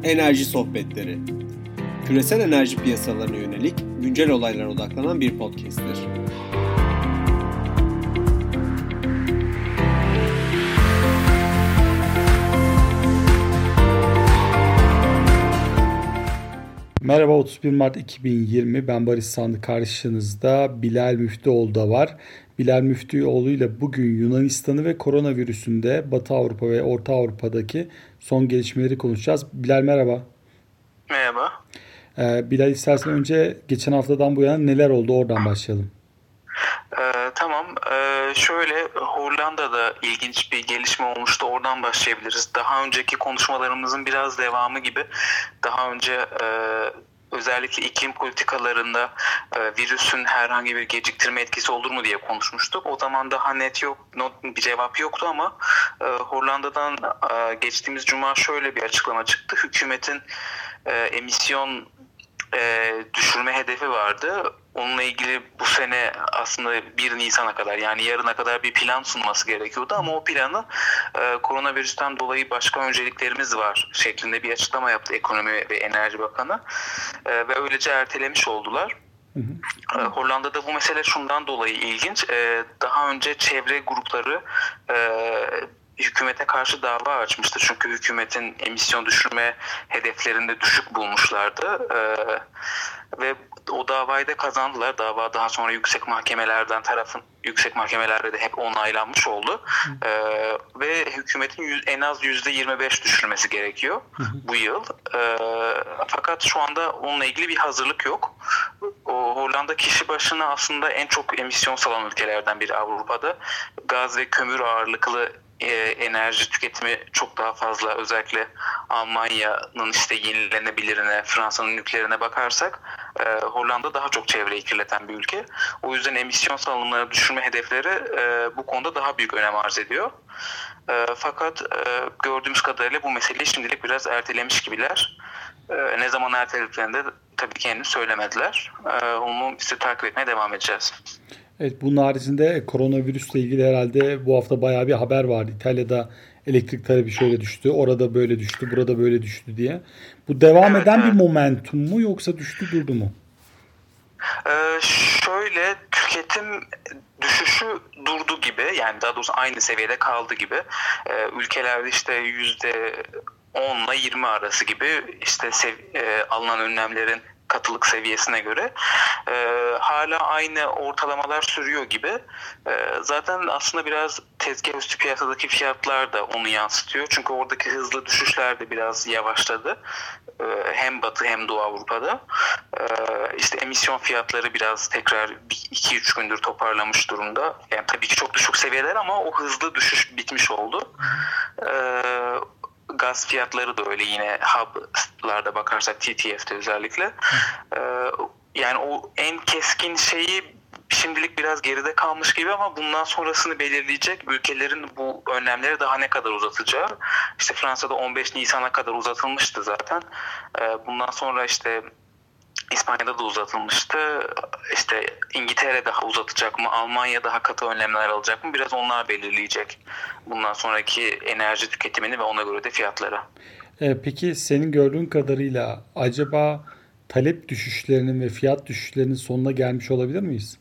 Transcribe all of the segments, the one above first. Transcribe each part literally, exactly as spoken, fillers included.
Enerji Sohbetleri. Küresel enerji piyasalarına yönelik güncel olaylara odaklanan bir podcast'tir. Merhaba, otuz bir Mart iki bin yirmi. Ben Barış Sandı, karşınızda Bilal Müftüoğlu da var. Bilal Müftüoğlu ile bugün Yunanistan'ı ve koronavirüsünde Batı Avrupa ve Orta Avrupa'daki son gelişmeleri konuşacağız. Bilal merhaba. Merhaba. Ee, Bilal, istersen önce geçen haftadan bu yana neler oldu, oradan başlayalım. Ee, tamam. Ee, şöyle Hollanda'da ilginç bir gelişme olmuştu. Oradan başlayabiliriz. Daha önceki konuşmalarımızın biraz devamı gibi. Daha önce e, özellikle iklim politikalarında e, virüsün herhangi bir geciktirme etkisi olur mu diye konuşmuştuk. O zaman daha net yok, not, bir cevap yoktu ama e, Hollanda'dan e, geçtiğimiz cuma şöyle bir açıklama çıktı. Hükümetin e, emisyon e, düşürme hedefi vardı. Onunla ilgili bu sene aslında bir Nisan'a kadar, yani yarına kadar bir plan sunması gerekiyordu ama o planı e, koronavirüsten dolayı başka önceliklerimiz var şeklinde bir açıklama yaptı Ekonomi ve Enerji Bakanı e, ve öylece ertelemiş oldular. Hı hı. E, Hollanda'da bu mesele şundan dolayı ilginç. E, daha önce çevre grupları e, hükümete karşı dava açmıştı. Çünkü hükümetin emisyon düşürme hedeflerinde düşük bulmuşlardı. Ee, ve o davayı da kazandılar. Dava daha sonra yüksek mahkemelerden tarafın yüksek mahkemelerde de hep onaylanmış oldu. Ee, ve hükümetin yüz, en az yüzde yirmi beş düşürmesi gerekiyor hı hı. bu yıl. Ee, fakat şu anda onunla ilgili bir hazırlık yok. O Hollanda kişi başına aslında en çok emisyon salan ülkelerden biri Avrupa'da. Gaz ve kömür ağırlıklı E, enerji tüketimi çok daha fazla. Özellikle Almanya'nın işte yenilenebilirine, Fransa'nın nükleerine bakarsak e, Hollanda daha çok çevreyi kirleten bir ülke. O yüzden emisyon salımlarını düşürme hedefleri e, bu konuda daha büyük önem arz ediyor. E, fakat e, gördüğümüz kadarıyla bu meseleyi şimdilik biraz ertelemiş gibiler. E, ne zaman ertelediklerini de tabii ki henüz söylemediler. E, onu biz de takip etmeye devam edeceğiz. Evet, bunun haricinde koronavirüsle ilgili herhalde bu hafta bayağı bir haber vardı. İtalya'da elektrik talebi şöyle düştü, orada böyle düştü, burada böyle düştü diye. Bu devam evet, eden evet. bir momentum mu yoksa düştü durdu mu? Ee, şöyle tüketim düşüşü durdu gibi, yani daha doğrusu aynı seviyede kaldı gibi. Ee, ülkelerde işte yüzde on ile yirmi arası gibi işte sev- e, alınan önlemlerin katılık seviyesine göre e, hala aynı ortalamalar sürüyor gibi. E, zaten aslında biraz tezgah üstü piyasadaki fiyatlar da onu yansıtıyor. Çünkü oradaki hızlı düşüşler de biraz yavaşladı. E, hem Batı hem Doğu Avrupa'da. E, işte emisyon fiyatları biraz tekrar iki üç gündür toparlamış durumda. Yani tabii ki çok düşük seviyeler ama o hızlı düşüş bitmiş oldu. E, Gaz fiyatları da öyle, yine hub'larda bakarsak T T F'de özellikle. Ee, yani o en keskin şeyi şimdilik biraz geride kalmış gibi ama bundan sonrasını belirleyecek ülkelerin bu önlemleri daha ne kadar uzatacağı. İşte Fransa'da on beş Nisan'a kadar uzatılmıştı zaten. Ee, bundan sonra işte İspanya'da da uzatılmıştı. İşte İngiltere daha uzatacak mı? Almanya daha katı önlemler alacak mı? Biraz onlar belirleyecek bundan sonraki enerji tüketimini ve ona göre de fiyatları. Ee, peki senin gördüğün kadarıyla acaba talep düşüşlerinin ve fiyat düşüşlerinin sonuna gelmiş olabilir miyiz?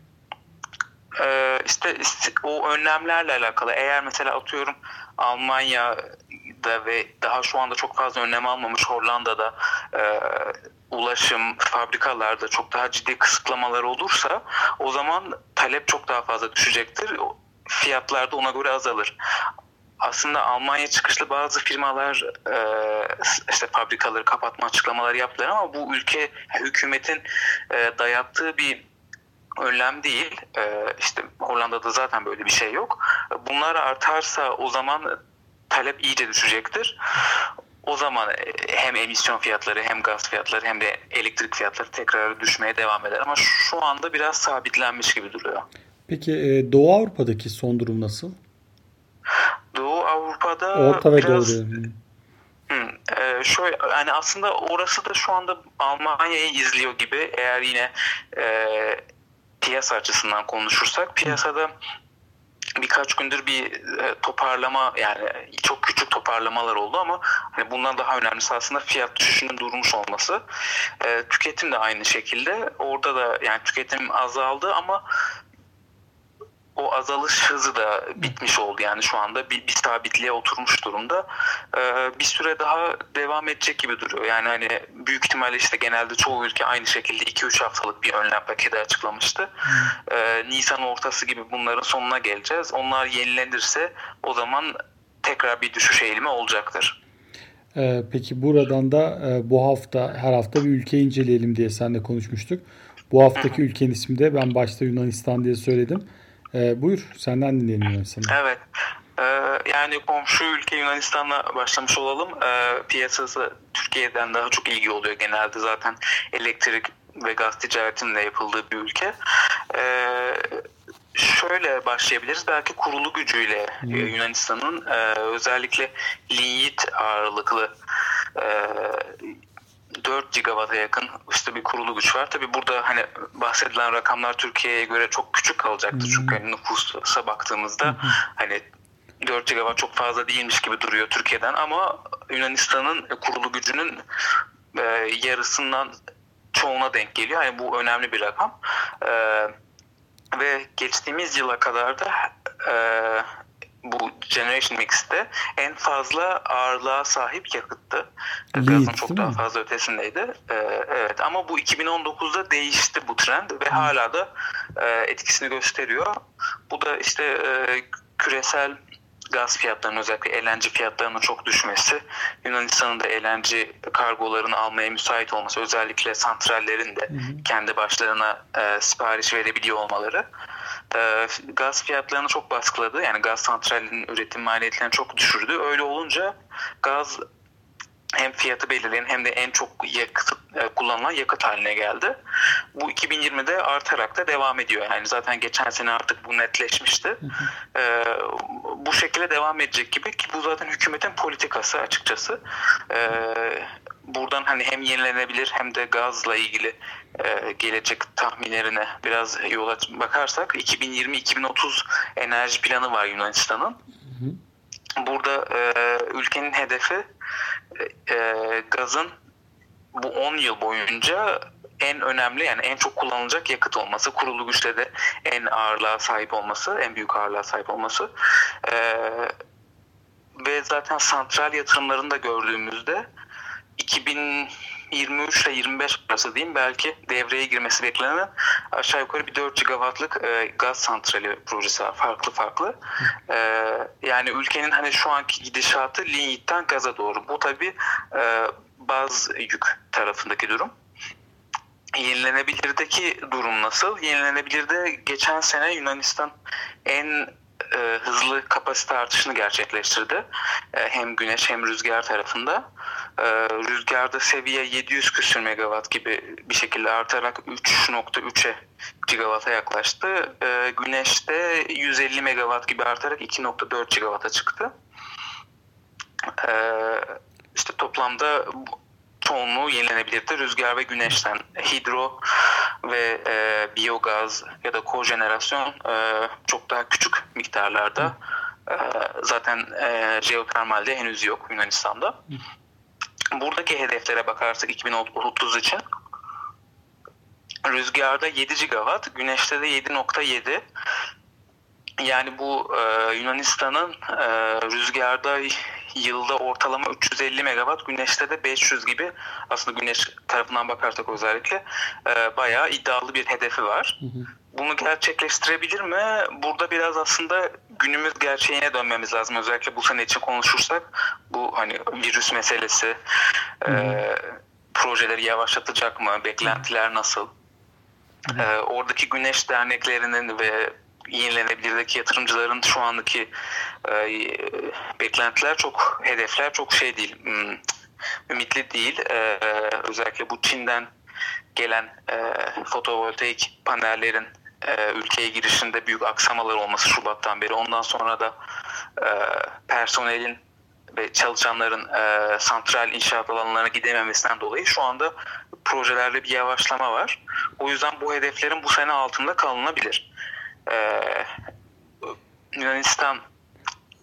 Ee, işte, işte o önlemlerle alakalı. Eğer mesela atıyorum Almanya'da ve daha şu anda çok fazla önlem almamış Hollanda'da e, ulaşım, fabrikalarda çok daha ciddi kısıtlamalar olursa o zaman talep çok daha fazla düşecektir. Fiyatlar da ona göre azalır. Aslında Almanya çıkışlı bazı firmalar e, işte fabrikaları kapatma açıklamaları yaptılar ama bu ülke hükümetin e, dayattığı bir önlem değil. E, işte Hollanda'da zaten böyle bir şey yok. Bunlar artarsa o zaman talep iyice düşecektir. O zaman hem emisyon fiyatları hem gaz fiyatları hem de elektrik fiyatları tekrar düşmeye devam eder. Ama şu anda biraz sabitlenmiş gibi duruyor. Peki Doğu Avrupa'daki son durum nasıl? Doğu Avrupa'da Orta ve biraz... Doğu. Hmm, e, şöyle, yani aslında orası da şu anda Almanya'yı izliyor gibi. Eğer yine e, piyasa açısından konuşursak, piyasada birkaç gündür bir e, toparlama, yani çok küçük küçük toparlamalar oldu ama hani bundan daha önemlisi aslında fiyat düşüşünün durmuş olması. E, tüketim de aynı şekilde. Orada da yani tüketim azaldı ama o azalış hızı da bitmiş oldu. Yani şu anda bir, bir sabitliğe oturmuş durumda. Ee, bir süre daha devam edecek gibi duruyor. Yani hani büyük ihtimalle işte genelde çoğu ülke aynı şekilde iki üç haftalık bir önlem paketi açıklamıştı. Ee, Nisan ortası gibi bunların sonuna geleceğiz. Onlar yenilenirse o zaman tekrar bir düşüş eğilimi olacaktır. Ee, peki buradan da e, bu hafta her hafta bir ülke inceleyelim diye seninle konuşmuştuk. Bu haftaki ülkenin ismi de ben başta Yunanistan diye söyledim. Ee, buyur senden dinleyelim Yunanistan'ı. Evet. Ee, yani komşu ülke Yunanistan'la başlamış olalım. Ee, piyasası Türkiye'den daha çok ilgi oluyor genelde, zaten elektrik ve gaz ticaretinin de yapıldığı bir ülke. Ee, şöyle başlayabiliriz. Belki kurulu gücüyle hmm. Yunanistan'ın e, özellikle linyit ağırlıklı e, dört gigawata yakın işte bir kurulu güç var. Tabii burada hani bahsedilen rakamlar Türkiye'ye göre çok küçük kalacaktır. Hmm. Çünkü hani nüfusa baktığımızda hmm. hani dört gigawatt çok fazla değilmiş gibi duruyor Türkiye'den ama Yunanistan'ın kurulu gücünün e, yarısından çoğuna denk geliyor. Yani bu önemli bir rakam. E, ve geçtiğimiz yıla kadar da e, bu Generation Mix'te en fazla ağırlığa sahip yakıttı. Gazın çok daha fazla ötesindeydi. Ee, evet, ama bu iki bin on dokuzda değişti bu trend ve hmm. hala da e, etkisini gösteriyor. Bu da işte e, küresel gaz fiyatlarının, özellikle L N G fiyatlarının çok düşmesi, Yunanistan'ın da L N G kargolarını almaya müsait olması, özellikle santrallerin de hmm. kendi başlarına e, sipariş verebiliyor olmaları e, gaz fiyatlarını çok baskıladı. Yani gaz santrallerinin üretim maliyetlerini çok düşürdü. Öyle olunca gaz hem fiyatı belirleyen hem de en çok yakıt, e, kullanılan yakıt haline geldi. Bu iki bin yirmide artarak da devam ediyor. Yani zaten geçen sene artık bu netleşmişti. Hı hı. E, bu şekilde devam edecek gibi ki bu zaten hükümetin politikası açıkçası. E, buradan hani hem yenilenebilir hem de gazla ilgili e, gelecek tahminlerine biraz yola bakarsak iki bin yirmi iki bin otuz enerji planı var Yunanistan'ın. Hı hı. Burada e, ülkenin hedefi e, gazın bu on yıl boyunca en önemli, yani en çok kullanılacak yakıt olması, kurulu güçte de en ağırlığa sahip olması, en büyük ağırlığa sahip olması e, ve zaten santral yatırımlarını da gördüğümüzde iki bin yirmi üç ile yirmi beş arası diyeyim, belki devreye girmesi beklenen aşağı yukarı bir dört gigawattlık e, gaz santrali projesi var. Farklı farklı. E, yani ülkenin hani şu anki gidişatı linyitten gaza doğru. Bu tabii e, baz yük tarafındaki durum. Yenilenebilirdeki durum nasıl? Yenilenebilirde geçen sene Yunanistan en e, hızlı kapasite artışını gerçekleştirdi. E, hem güneş hem rüzgar tarafında. E, rüzgarda seviye yedi yüz küsür megawatt gibi bir şekilde artarak üç nokta üçe gigawata yaklaştı. E, güneşte yüz elli megawatt gibi artarak iki nokta dört gigawata çıktı. E, işte toplamda çoğunluğu yenilenebilirdi. Rüzgar ve güneşten, hidro ve e, biyogaz ya da kojenerasyon e, çok daha küçük miktarlarda. E, zaten e, jeotermalde henüz yok Yunanistan'da. Buradaki hedeflere bakarsak iki bin otuz için rüzgarda yedi gigawatt, güneşte de yedi nokta yedi. Yani bu e, Yunanistan'ın e, rüzgarda yılda ortalama üç yüz elli megawatt, güneşte de beş yüz gibi, aslında güneş tarafından bakarsak özellikle e, bayağı iddialı bir hedefi var. Hı hı. Bunu gerçekleştirebilir mi? Burada biraz aslında günümüz gerçeğine dönmemiz lazım. Özellikle bu sene için konuşursak bu hani virüs meselesi, hı hı. E, projeleri yavaşlatacak mı? Beklentiler nasıl? Hı hı. E, oradaki güneş derneklerinin ve yenilenebilirdeki yatırımcıların şu andaki e, beklentiler çok, hedefler çok şey değil, hmm, ümitli değil. E, özellikle bu Çin'den gelen e, fotovoltaik panellerin e, ülkeye girişinde büyük aksamalar olması Şubat'tan beri. Ondan sonra da e, personelin ve çalışanların e, santral inşaat alanlarına gidememesinden dolayı şu anda projelerde bir yavaşlama var. O yüzden bu hedeflerin bu sene altında kalınabilir. Ee, Yunanistan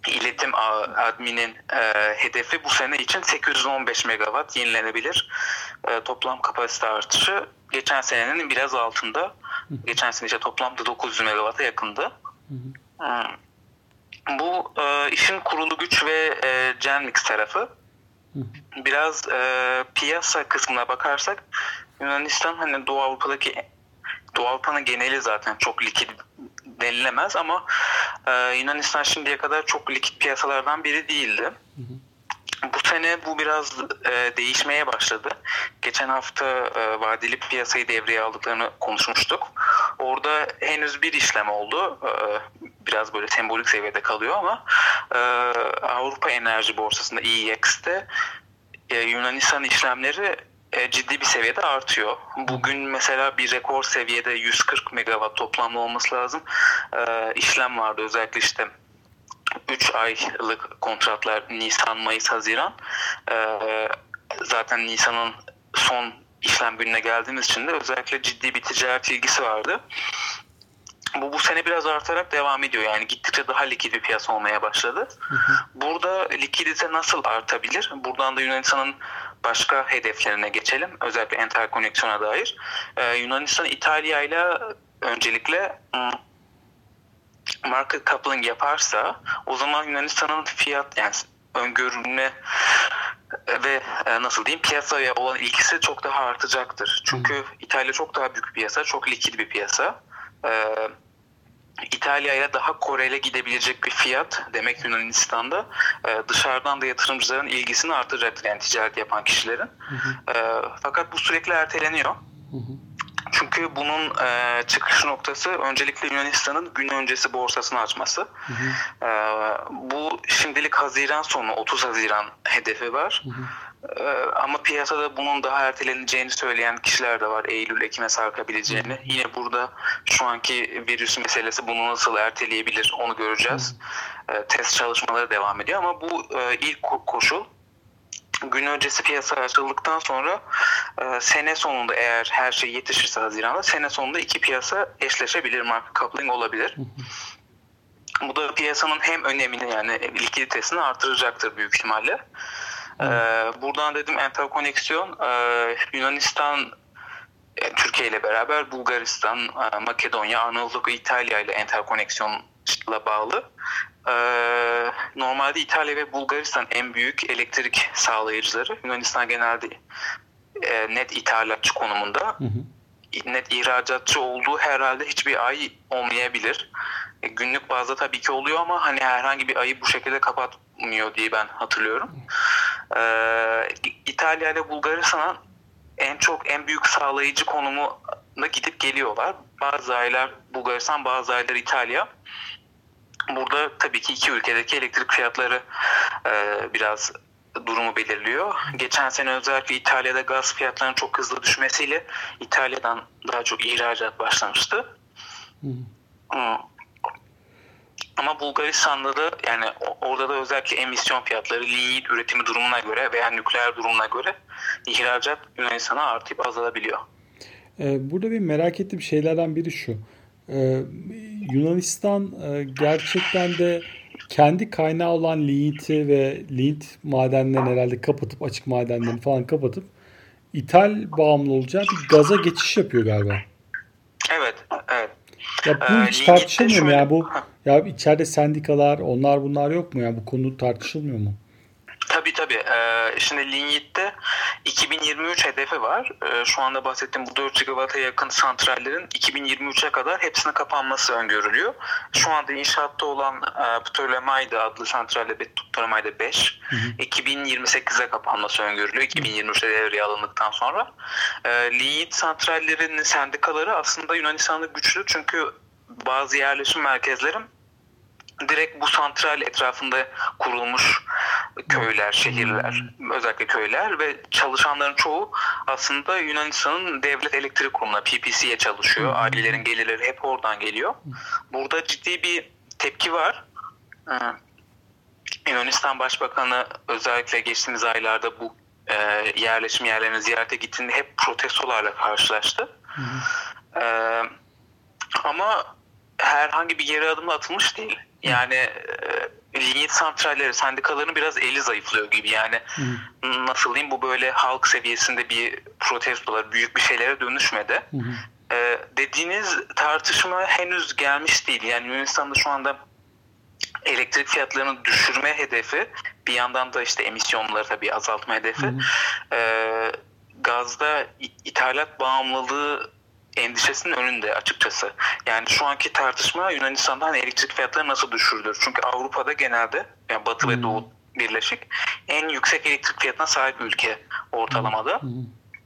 iletim ağı adminin e, hedefi bu sene için sekiz yüz on beş megawatt yenilenebilir e, toplam kapasite artışı. Geçen senenin biraz altında. Geçen sene işte toplamda dokuz yüz megawatt'a yakındı. Hmm. Bu e, işin kurulu güç ve e, Genmix tarafı. Biraz e, piyasa kısmına bakarsak Yunanistan hani Doğu Avrupa'daki Doğu Avrupa'nın geneli zaten çok likit denilemez ama e, Yunanistan şimdiye kadar çok likit piyasalardan biri değildi. Hı hı. Bu sene bu biraz e, değişmeye başladı. Geçen hafta e, vadeli piyasayı devreye aldıklarını konuşmuştuk. Orada henüz bir işlem oldu. E, biraz böyle sembolik seviyede kalıyor ama e, Avrupa Enerji Borsası'nda E E X'te e, Yunanistan işlemleri e, ciddi bir seviyede artıyor. Bugün mesela bir rekor seviyede yüz kırk megawatt toplamda olması lazım. E, işlem vardı özellikle işte üç aylık kontratlar Nisan, Mayıs, Haziran. Ee, zaten Nisan'ın son işlem gününe geldiğimiz için de özellikle ciddi bir ticaret ilgisi vardı. Bu bu sene biraz artarak devam ediyor. Yani gittikçe daha likit bir piyasa olmaya başladı. Hı hı. Burada likidite nasıl artabilir? Buradan da Yunanistan'ın başka hedeflerine geçelim. Özellikle enterkoneksiyona dair. Ee, Yunanistan İtalya ile öncelikle market coupling yaparsa o zaman Yunanistan'ın fiyat yani öngörülme ve nasıl diyeyim piyasaya olan ilgisi çok daha artacaktır. Çünkü hmm. İtalya çok daha büyük bir piyasa, çok likit bir piyasa. Ee, İtalya ile daha korele gidebilecek bir fiyat demek Yunanistan'da ee, dışarıdan da yatırımcıların ilgisini artıracaktır yani ticaret yapan kişilerin. Hmm. Ee, fakat bu sürekli erteleniyor. Hmm. Çünkü bunun e, çıkış noktası öncelikle Yunanistan'ın gün öncesi borsasını açması. Hı hı. E, bu şimdilik Haziran sonu otuz Haziran hedefi var. Hı hı. E, ama piyasada bunun daha erteleneceğini söyleyen kişiler de var. Eylül, Ekim'e sarkabileceğini. Hı hı. Yine burada şu anki virüs meselesi bunu nasıl erteleyebilir onu göreceğiz. Hı hı. E, test çalışmaları devam ediyor ama bu e, ilk koşul. Gün öncesi piyasa açıldıktan sonra e, sene sonunda eğer her şey yetişirse Haziran'da sene sonunda iki piyasa eşleşebilir, market coupling olabilir. Bu da piyasanın hem önemini yani likiditesini artıracaktır büyük ihtimalle. E, buradan dedim enterkoneksiyon e, Yunanistan e, Türkiye ile beraber Bulgaristan, e, Makedonya, Arnavutluk ve İtalya ile enterkoneksiyonla bağlı. Ee, normalde İtalya ve Bulgaristan en büyük elektrik sağlayıcıları. Yunanistan genelde e, net ithalatçı konumunda. Hı hı. Net ihracatçı olduğu herhalde hiçbir ay olmayabilir. E, günlük bazda tabii ki oluyor ama hani herhangi bir ayı bu şekilde kapatmıyor diye ben hatırlıyorum. Ee, İtalya ile Bulgaristan'ın en çok en büyük sağlayıcı konumuna gidip geliyorlar. Bazı aylar Bulgaristan, bazı aylar İtalya. Burada tabii ki iki ülkedeki elektrik fiyatları e, biraz durumu belirliyor. Geçen sene özellikle İtalya'da gaz fiyatlarının çok hızlı düşmesiyle İtalya'dan daha çok ihracat başlamıştı. Hmm. Hmm. Ama Bulgaristan'da da yani orada da özellikle emisyon fiyatları, linyit üretimi durumuna göre veya nükleer durumuna göre ihracat Yunanistan'a artıp azalabiliyor. Burada bir merak ettiğim şeylerden biri şu. Ee, Yunanistan e, gerçekten de kendi kaynağı olan ligniti ve lignit madenlerini herhalde kapatıp açık madenlerini falan kapatıp ithal bağımlı olacağı bir gaza geçiş yapıyor galiba. Evet, evet. Ya bu ee, hiç tartışılmıyor mu ya bu? Ya içeride sendikalar, onlar bunlar yok mu ya? Bu konu tartışılmıyor mu? Tabii tabii. Ee, şimdi Lignit'te iki bin yirmi üç hedefi var. Ee, şu anda bahsettiğim bu dört gigawatt'a yakın santrallerin iki bin yirmi üçe kadar hepsinin kapanması öngörülüyor. Şu anda inşaatta olan e, Ptolemai'de adlı santralde Ptolemai'de beş. Hı hı. iki bin yirmi sekize kapanması öngörülüyor. iki bin yirmi üçte devreye alındıktan sonra. E, Lignit santrallerinin sendikaları aslında Yunanistan'da güçlü çünkü bazı yerleşim merkezleri direkt bu santral etrafında kurulmuş köyler, şehirler, özellikle köyler ve çalışanların çoğu aslında Yunanistan'ın devlet elektrik kurumuna, P P C'ye çalışıyor. Ailelerin gelirleri hep oradan geliyor. Burada ciddi bir tepki var. Yunanistan Başbakanı özellikle geçtiğimiz aylarda bu yerleşim yerlerine ziyarete gittiğinde hep protestolarla karşılaştı. Ee, ama herhangi bir geri adım atılmış değil. Yani lignit santralleri, sendikaların biraz eli zayıflıyor gibi. Yani hı. nasıl diyeyim, bu böyle halk seviyesinde bir protestolar, büyük bir şeylere dönüşmedi. Hı hı. Ee, dediğiniz tartışma henüz gelmiş değil. Yani Yunanistan'da şu anda elektrik fiyatlarını düşürme hedefi, bir yandan da işte emisyonları tabii azaltma hedefi. Hı hı. Ee, gazda ithalat bağımlılığı endişesinin önünde açıkçası. Yani şu anki tartışma Yunanistan'da hani elektrik fiyatları nasıl düşürülür? Çünkü Avrupa'da genelde, yani Batı hmm. ve Doğu birleşik, en yüksek elektrik fiyatına sahip ülke ortalamada. Hmm.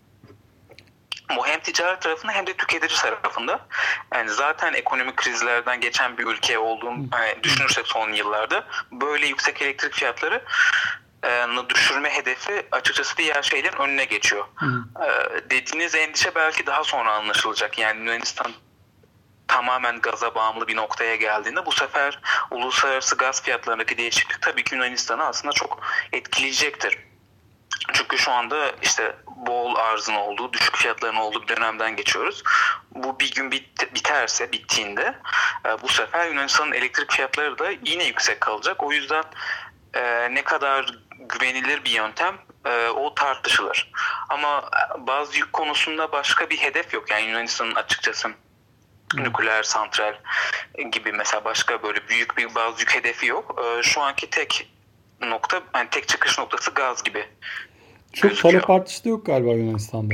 Bu hem ticaret tarafında hem de tüketici tarafında. Yani zaten ekonomik krizlerden geçen bir ülke olduğunu yani düşünürsek son yıllarda, böyle yüksek elektrik fiyatları düşürme hedefi açıkçası diğer şeylerin önüne geçiyor. Hmm. Dediğiniz endişe belki daha sonra anlaşılacak. Yani Yunanistan tamamen gaza bağımlı bir noktaya geldiğinde bu sefer uluslararası gaz fiyatlarındaki değişiklik tabii ki Yunanistan'ı aslında çok etkileyecektir. Çünkü şu anda işte bol arzın olduğu, düşük fiyatların olduğu bir dönemden geçiyoruz. Bu bir gün bit- biterse, bittiğinde bu sefer Yunanistan'ın elektrik fiyatları da yine yüksek kalacak. O yüzden e, ne kadar güvenilir bir yöntem e, o tartışılır. Ama bazı yük konusunda başka bir hedef yok. Yani Yunanistan'ın açıkçası hmm. nükleer santral gibi mesela başka böyle büyük bir bazı yük hedefi yok. E, şu anki tek nokta, yani tek çıkış noktası gaz gibi Çok gözüküyor. Talep artışı da yok galiba Yunanistan'da.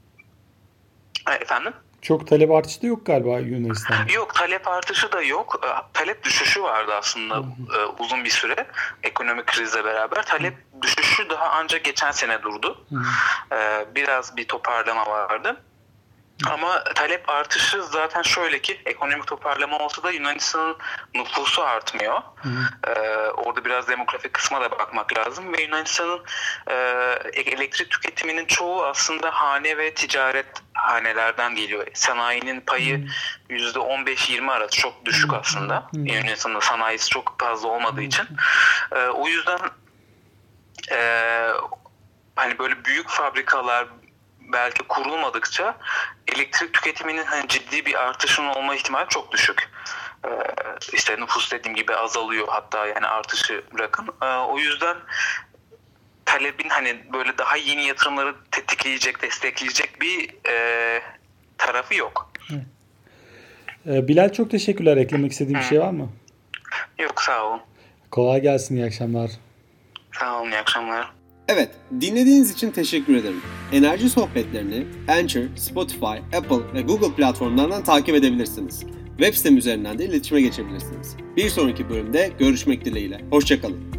Efendim? Çok talep artışı da yok galiba Yunanistan'da. Yok, talep artışı da yok. Talep düşüşü vardı aslında Hı-hı. uzun bir süre ekonomik krizle beraber. Talep Hı-hı. düşüşü daha ancak geçen sene durdu. Hı-hı. Biraz bir toparlama vardı. Ama talep artışı zaten şöyle ki, ekonomik toparlama olsa da Yunanistan'ın nüfusu artmıyor. Ee, orada biraz demografik kısma da bakmak lazım. Ve Yunanistan'ın e, elektrik tüketiminin çoğu aslında hane ve ticaret hanelerden geliyor. Sanayinin payı yüzde on beş yirmi arası, çok düşük aslında. Yunanistan'ın sanayisi çok fazla olmadığı için. E, o yüzden e, hani böyle büyük fabrikalar belki kurulmadıkça elektrik tüketiminin hani ciddi bir artışın olma ihtimali çok düşük. Ee, işte nüfus dediğim gibi azalıyor, hatta yani artışı bırakın. Ee, o yüzden talebin hani böyle daha yeni yatırımları tetikleyecek, destekleyecek bir e, tarafı yok. Ee, Bilal, çok teşekkürler. Eklemek istediğin bir şey var mı? Yok, sağ olun. Kolay gelsin, iyi akşamlar. Sağ olun, iyi akşamlar. Evet, dinlediğiniz için teşekkür ederim. Enerji sohbetlerini Anchor, Spotify, Apple ve Google platformlarından takip edebilirsiniz. Web sitem üzerinden de iletişime geçebilirsiniz. Bir sonraki bölümde görüşmek dileğiyle. Hoşça kalın.